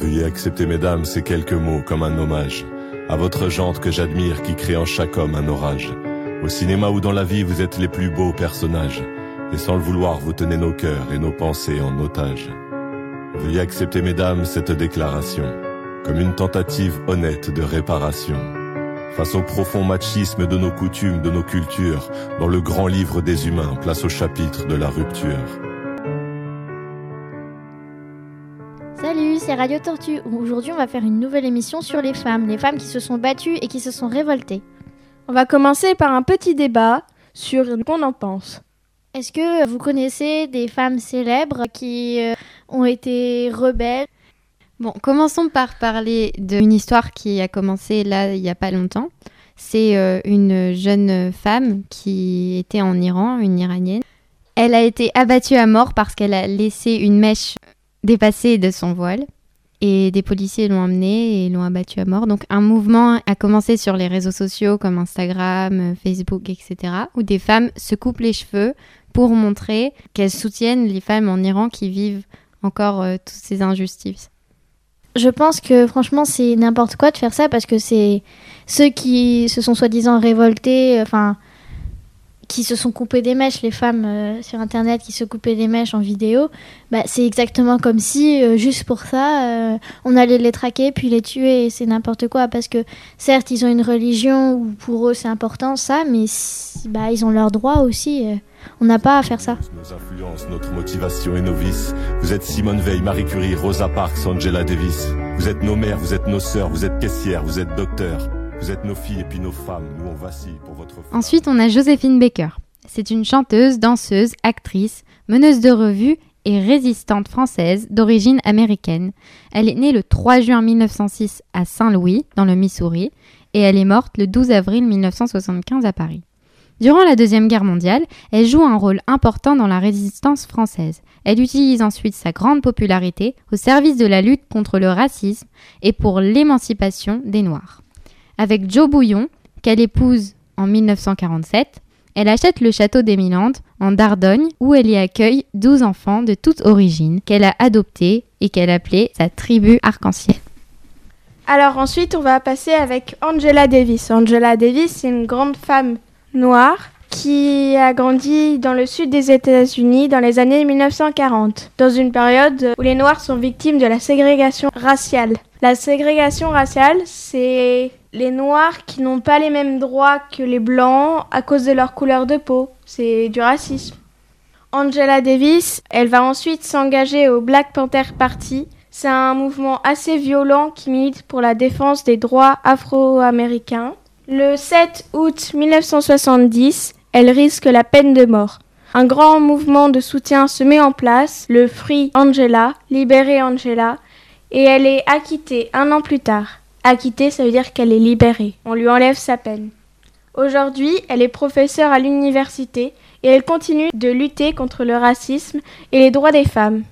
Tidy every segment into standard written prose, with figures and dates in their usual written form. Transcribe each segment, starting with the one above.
Veuillez accepter, mesdames, ces quelques mots comme un hommage à votre jante que j'admire, qui crée en chaque homme un orage. Au cinéma ou dans la vie, vous êtes les plus beaux personnages. Et sans le vouloir, vous tenez nos cœurs et nos pensées en otage. Veuillez accepter, mesdames, cette déclaration comme une tentative honnête de réparation face au profond machisme de nos coutumes, de nos cultures, dans le grand livre des humains, place au chapitre de la rupture. Salut, c'est Radio Tortue. Aujourd'hui, on va faire une nouvelle émission sur les femmes qui se sont battues et qui se sont révoltées. On va commencer par un petit débat sur ce qu'on en pense. Est-ce que vous connaissez des femmes célèbres qui ont été rebelles ? Bon, commençons par parler d'une histoire qui a commencé là, il n'y a pas longtemps. C'est une jeune femme qui était en Iran, une Iranienne. Elle a été abattue à mort parce qu'elle a laissé une mèche dépasser de son voile. Et des policiers l'ont emmenée et l'ont abattue à mort. Donc un mouvement a commencé sur les réseaux sociaux comme Instagram, Facebook, etc. où des femmes se coupent les cheveux pour montrer qu'elles soutiennent les femmes en Iran qui vivent encore toutes ces injustices. Je pense que franchement c'est n'importe quoi de faire ça parce que c'est ceux qui se sont soi-disant révoltés, qui se sont coupés des mèches, les femmes sur internet qui se coupaient des mèches en vidéo, c'est exactement comme si juste pour ça on allait les traquer puis les tuer, et c'est n'importe quoi parce que certes ils ont une religion où pour eux c'est important ça, mais ils ont leurs droits aussi. On n'a pas à faire ça. Nos influences, notre motivation et nos vices. Vous êtes Simone Veil, Marie Curie, Rosa Parks, Angela Davis. Vous êtes nos mères, vous êtes nos sœurs, vous êtes caissières, vous êtes docteurs. Vous êtes nos filles et puis nos femmes. Nous on vacille pour votre femme. Ensuite, on a Joséphine Baker. C'est une chanteuse, danseuse, actrice, meneuse de revue et résistante française d'origine américaine. Elle est née le 3 juin 1906 à Saint-Louis, dans le Missouri, et elle est morte le 12 avril 1975 à Paris. Durant la Deuxième Guerre mondiale, elle joue un rôle important dans la résistance française. Elle utilise ensuite sa grande popularité au service de la lutte contre le racisme et pour l'émancipation des Noirs. Avec Joe Bouillon, qu'elle épouse en 1947, elle achète le château d'Émilande en Dordogne où elle y accueille 12 enfants de toute origine qu'elle a adoptés et qu'elle appelait sa tribu arc-en-ciel. Alors ensuite, on va passer avec Angela Davis. Angela Davis, c'est une grande femme noire qui a grandi dans le sud des États-Unis dans les années 1940, dans une période où les Noirs sont victimes de la ségrégation raciale. La ségrégation raciale, c'est les Noirs qui n'ont pas les mêmes droits que les Blancs à cause de leur couleur de peau. C'est du racisme. Angela Davis, elle va ensuite s'engager au Black Panther Party. C'est un mouvement assez violent qui milite pour la défense des droits afro-américains. Le 7 août 1970, elle risque la peine de mort. Un grand mouvement de soutien se met en place, le Free Angela, Libérer Angela, et elle est acquittée 1 an plus tard. Acquittée, ça veut dire qu'elle est libérée. On lui enlève sa peine. Aujourd'hui, elle est professeure à l'université et elle continue de lutter contre le racisme et les droits des femmes.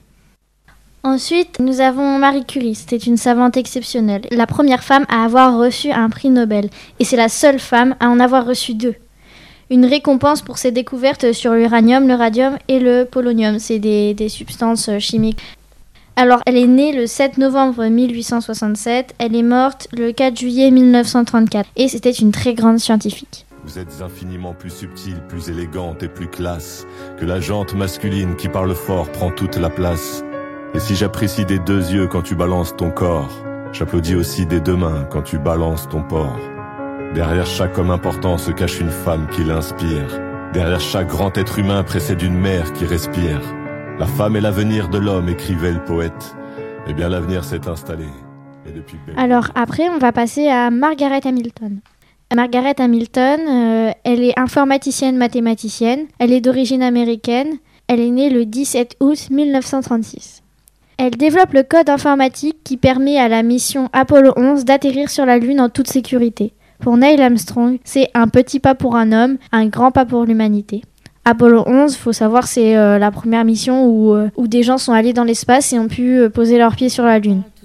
Ensuite, nous avons Marie Curie. C'était une savante exceptionnelle. La première femme à avoir reçu un prix Nobel. Et c'est la seule femme à en avoir reçu 2. Une récompense pour ses découvertes sur l'uranium, le radium et le polonium. C'est des substances chimiques. Alors, elle est née le 7 novembre 1867. Elle est morte le 4 juillet 1934. Et c'était une très grande scientifique. Vous êtes infiniment plus subtile, plus élégante et plus classe que la jante masculine qui parle fort prend toute la place. Et si j'apprécie des 2 yeux quand tu balances ton corps, j'applaudis aussi des 2 mains quand tu balances ton porc. Derrière chaque homme important se cache une femme qui l'inspire. Derrière chaque grand être humain précède une mère qui respire. La femme est l'avenir de l'homme, écrivait le poète. Eh bien l'avenir s'est installé. Et depuis... Alors après, on va passer à Margaret Hamilton. Margaret Hamilton, elle est informaticienne mathématicienne. Elle est d'origine américaine. Elle est née le 17 août 1936. Elle développe le code informatique qui permet à la mission Apollo 11 d'atterrir sur la Lune en toute sécurité. Pour Neil Armstrong, c'est un petit pas pour un homme, un grand pas pour l'humanité. Apollo 11, faut savoir, c'est la première mission où des gens sont allés dans l'espace et ont pu poser leurs pieds sur la Lune. Tout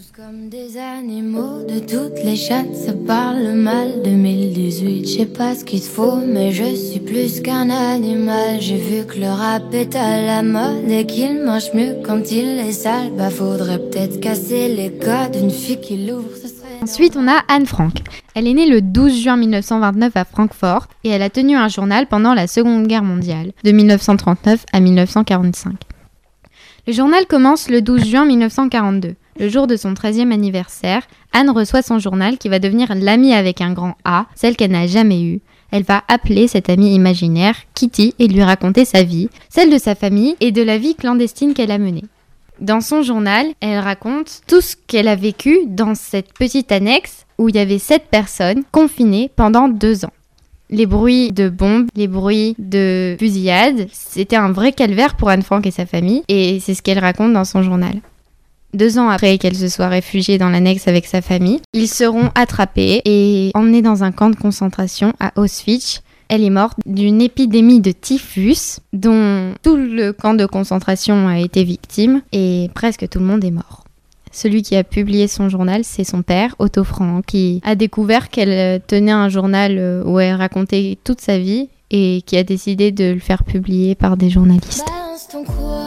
Tous comme des animaux, de toutes les chattes, ça parle mal. 2018, je sais pas ce qu'il te faut, mais je suis plus qu'un animal. J'ai vu que le rap est à la mode et qu'il mange mieux quand il est sale. Bah faudrait peut-être casser les codes d'une fille qui l'ouvre, ce serait... Ensuite, on a Anne Frank. Elle est née le 12 juin 1929 à Francfort et elle a tenu un journal pendant la Seconde Guerre mondiale, de 1939 à 1945. Le journal commence le 12 juin 1942. Le jour de son 13e anniversaire, Anne reçoit son journal qui va devenir l'amie avec un grand A, celle qu'elle n'a jamais eue. Elle va appeler cette amie imaginaire Kitty et lui raconter sa vie, celle de sa famille et de la vie clandestine qu'elle a menée. Dans son journal, elle raconte tout ce qu'elle a vécu dans cette petite annexe où il y avait 7 personnes confinées pendant 2 ans. Les bruits de bombes, les bruits de fusillades, c'était un vrai calvaire pour Anne Frank et sa famille et c'est ce qu'elle raconte dans son journal. 2 ans après qu'elle se soit réfugiée dans l'annexe avec sa famille, ils seront attrapés et emmenés dans un camp de concentration à Auschwitz. Elle est morte d'une épidémie de typhus dont tout le camp de concentration a été victime et presque tout le monde est mort. Celui qui a publié son journal, c'est son père, Otto Frank, qui a découvert qu'elle tenait un journal où elle racontait toute sa vie et qui a décidé de le faire publier par des journalistes. Balance ton quoi.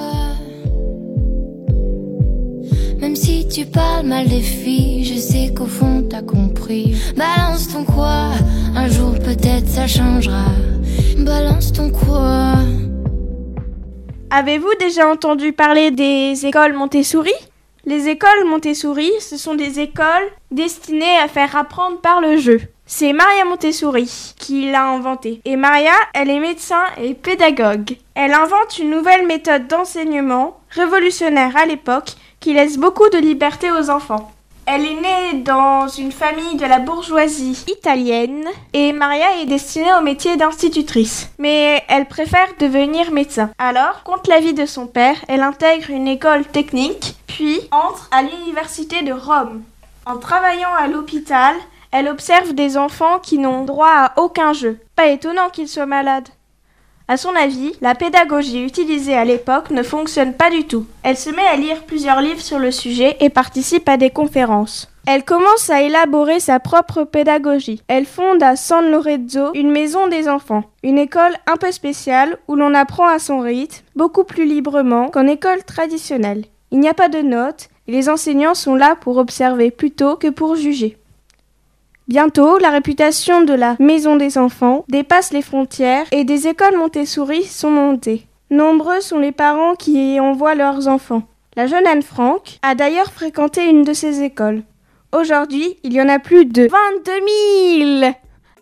Même si tu parles mal des filles, je sais qu'au fond t'as compris. Balance ton quoi, un jour peut-être ça changera. Balance ton quoi. Avez-vous déjà entendu parler des écoles Montessori ? Les écoles Montessori, ce sont des écoles destinées à faire apprendre par le jeu. C'est Maria Montessori qui l'a inventé. Et Maria, elle est médecin et pédagogue. Elle invente une nouvelle méthode d'enseignement, révolutionnaire à l'époque, qui laisse beaucoup de liberté aux enfants. Elle est née dans une famille de la bourgeoisie italienne et Maria est destinée au métier d'institutrice. Mais elle préfère devenir médecin. Alors, contre l'avis de son père, elle intègre une école technique, puis entre à l'université de Rome. En travaillant à l'hôpital, elle observe des enfants qui n'ont droit à aucun jeu. Pas étonnant qu'ils soient malades. À son avis, la pédagogie utilisée à l'époque ne fonctionne pas du tout. Elle se met à lire plusieurs livres sur le sujet et participe à des conférences. Elle commence à élaborer sa propre pédagogie. Elle fonde à San Lorenzo une maison des enfants, une école un peu spéciale où l'on apprend à son rythme, beaucoup plus librement qu'en école traditionnelle. Il n'y a pas de notes et les enseignants sont là pour observer plutôt que pour juger. Bientôt, la réputation de la Maison des enfants dépasse les frontières et des écoles Montessori sont montées. Nombreux sont les parents qui y envoient leurs enfants. La jeune Anne Frank a d'ailleurs fréquenté une de ces écoles. Aujourd'hui, il y en a plus de 22 000 !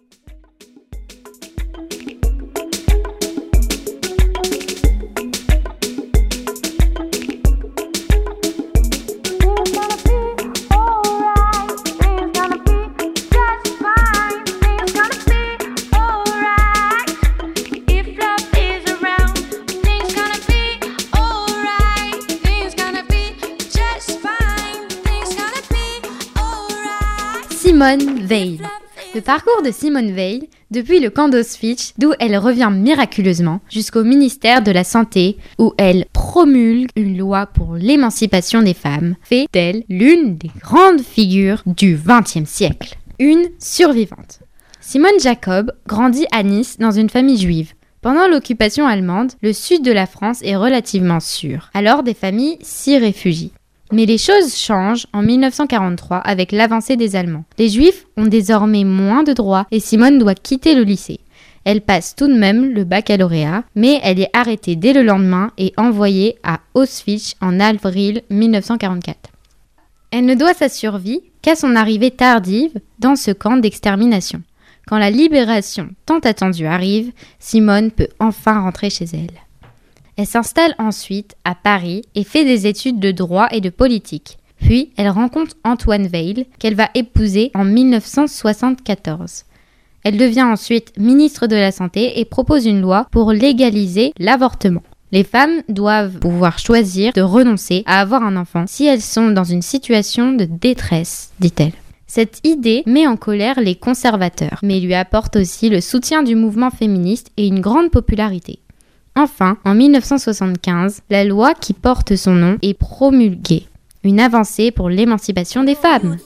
Simone Weil. Le parcours de Simone Weil, depuis le camp d'Auschwitz, d'où elle revient miraculeusement, jusqu'au ministère de la Santé, où elle promulgue une loi pour l'émancipation des femmes, fait d'elle l'une des grandes figures du XXe siècle. Une survivante. Simone Jacob grandit à Nice dans une famille juive. Pendant l'occupation allemande, le sud de la France est relativement sûr. Alors des familles s'y réfugient. Mais les choses changent en 1943 avec l'avancée des Allemands. Les Juifs ont désormais moins de droits et Simone doit quitter le lycée. Elle passe tout de même le baccalauréat, mais elle est arrêtée dès le lendemain et envoyée à Auschwitz en avril 1944. Elle ne doit sa survie qu'à son arrivée tardive dans ce camp d'extermination. Quand la libération tant attendue arrive, Simone peut enfin rentrer chez elle. Elle s'installe ensuite à Paris et fait des études de droit et de politique. Puis, elle rencontre Antoine Weil, qu'elle va épouser en 1974. Elle devient ensuite ministre de la Santé et propose une loi pour légaliser l'avortement. Les femmes doivent pouvoir choisir de renoncer à avoir un enfant si elles sont dans une situation de détresse, dit-elle. Cette idée met en colère les conservateurs, mais lui apporte aussi le soutien du mouvement féministe et une grande popularité. Enfin, en 1975, la loi qui porte son nom est promulguée. une avancée pour l'émancipation des femmes.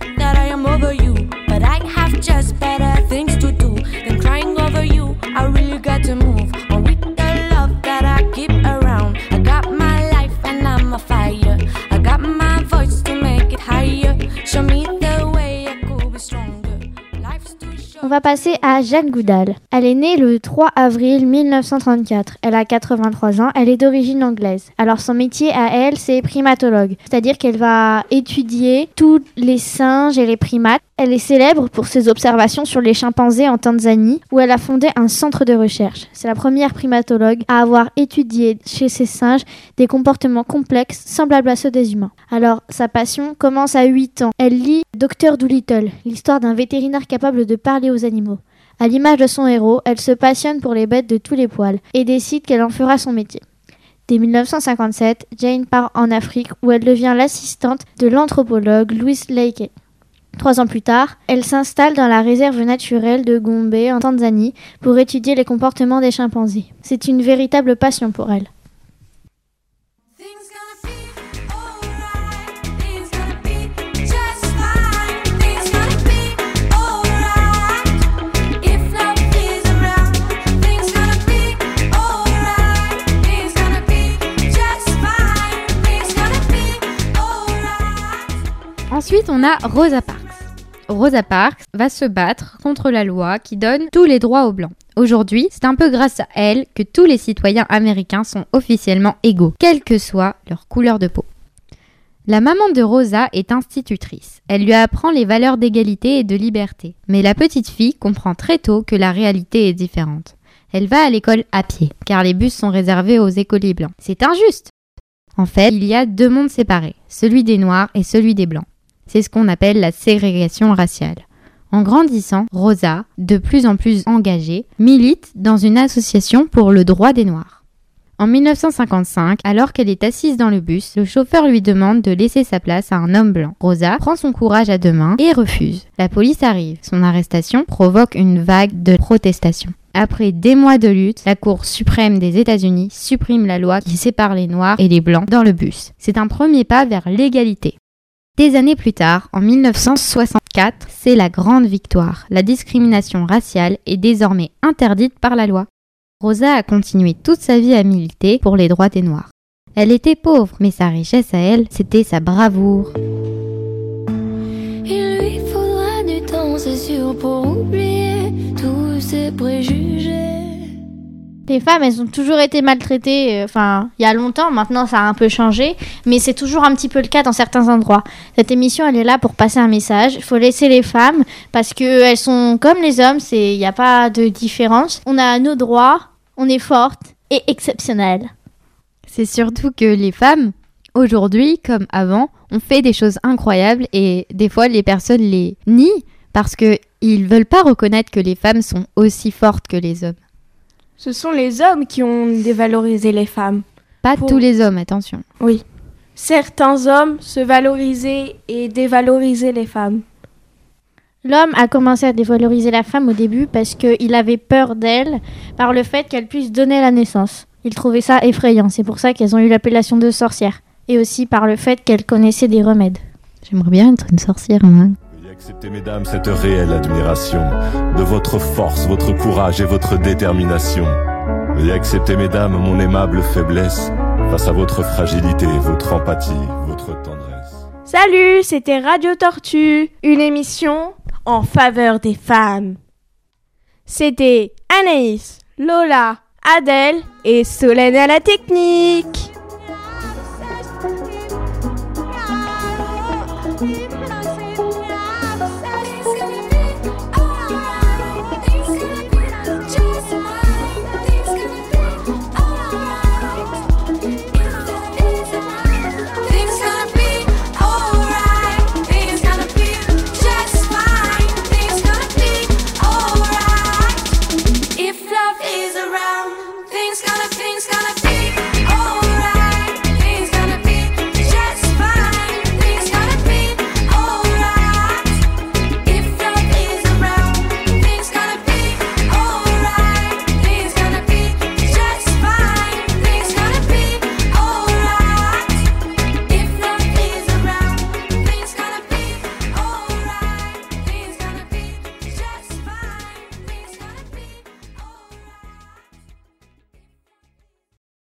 On va passer à Jane Goodall. Elle est née le 3 avril 1934. Elle a 83 ans. Elle est d'origine anglaise. Alors son métier à elle, c'est primatologue. C'est-à-dire qu'elle va étudier tous les singes et les primates. Elle est célèbre pour ses observations sur les chimpanzés en Tanzanie, où elle a fondé un centre de recherche. C'est la première primatologue à avoir étudié chez ces singes des comportements complexes semblables à ceux des humains. Alors, sa passion commence à 8 ans. Elle lit Dr Dolittle, l'histoire d'un vétérinaire capable de parler aux animaux. À l'image de son héros, elle se passionne pour les bêtes de tous les poils et décide qu'elle en fera son métier. Dès 1957, Jane part en Afrique où elle devient l'assistante de l'anthropologue Louis Leakey. 3 ans plus tard, elle s'installe dans la réserve naturelle de Gombe en Tanzanie pour étudier les comportements des chimpanzés. C'est une véritable passion pour elle. Ensuite, on a Rosa Parks. Rosa Parks va se battre contre la loi qui donne tous les droits aux Blancs. Aujourd'hui, c'est un peu grâce à elle que tous les citoyens américains sont officiellement égaux, quelle que soit leur couleur de peau. La maman de Rosa est institutrice. Elle lui apprend les valeurs d'égalité et de liberté. Mais la petite fille comprend très tôt que la réalité est différente. Elle va à l'école à pied, car les bus sont réservés aux écoliers blancs. C'est injuste! En fait, il y a 2 mondes séparés, celui des Noirs et celui des Blancs. C'est ce qu'on appelle la ségrégation raciale. En grandissant, Rosa, de plus en plus engagée, milite dans une association pour le droit des Noirs. En 1955, alors qu'elle est assise dans le bus, le chauffeur lui demande de laisser sa place à un homme blanc. Rosa prend son courage à 2 mains et refuse. La police arrive. Son arrestation provoque une vague de protestations. Après des mois de lutte, la Cour suprême des États-Unis supprime la loi qui sépare les Noirs et les Blancs dans le bus. C'est un premier pas vers l'égalité. Des années plus tard, en 1964, c'est la grande victoire. La discrimination raciale est désormais interdite par la loi. Rosa a continué toute sa vie à militer pour les droits des Noirs. Elle était pauvre, mais sa richesse à elle, c'était sa bravoure. Il lui faudra du temps, c'est sûr, pour oublier tous ses préjugés. Les femmes, elles ont toujours été maltraitées, il y a longtemps, maintenant ça a un peu changé, mais c'est toujours un petit peu le cas dans certains endroits. Cette émission, elle est là pour passer un message. Il faut laisser les femmes, parce qu'elles sont comme les hommes, il n'y a pas de différence. On a nos droits, on est fortes et exceptionnelles. C'est surtout que les femmes, aujourd'hui comme avant, ont fait des choses incroyables et des fois les personnes les nient parce qu'ils ne veulent pas reconnaître que les femmes sont aussi fortes que les hommes. Ce sont les hommes qui ont dévalorisé les femmes. Pas tous les hommes, attention. Oui. Certains hommes se valorisaient et dévalorisaient les femmes. L'homme a commencé à dévaloriser la femme au début parce qu'il avait peur d'elle par le fait qu'elle puisse donner la naissance. Il trouvait ça effrayant, c'est pour ça qu'elles ont eu l'appellation de sorcières. Et aussi par le fait qu'elles connaissaient des remèdes. J'aimerais bien être une sorcière, moi. Acceptez, mesdames, cette réelle admiration de votre force, votre courage et votre détermination. Veuillez accepter, mesdames, mon aimable faiblesse face à votre fragilité, votre empathie, votre tendresse. Salut, c'était Radio Tortue, une émission en faveur des femmes. C'était Anaïs, Lola, Adèle et Solène à la technique.